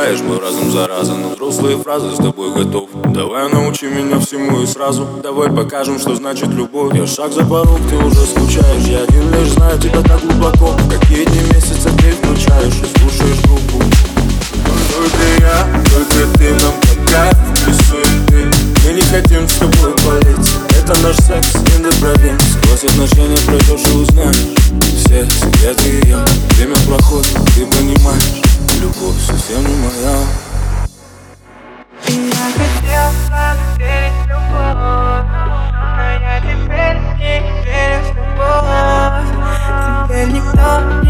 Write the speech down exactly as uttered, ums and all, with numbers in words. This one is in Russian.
Пугаешь мой разум зараза, но взрослые фразы с тобой готов. Давай научи меня всему и сразу. Давай покажем, что значит любовь. Я шаг за порог, ты уже скучаешь. Я один лишь знаю тебя так глубоко. Какие дни месяца ты включаешь и слушаешь группу. Только я, только ты, нам пока в лесу и ты. Мы не хотим с тобой болеть. Это наш секс, in the province. Сквозь отношения пройдешь и узнаешь все секреты ее. Время проходит, ты понимаешь, любовь совсем не моя. И я хотел сразу верить в любовь, но я теперь не верю в любовь. Теперь никто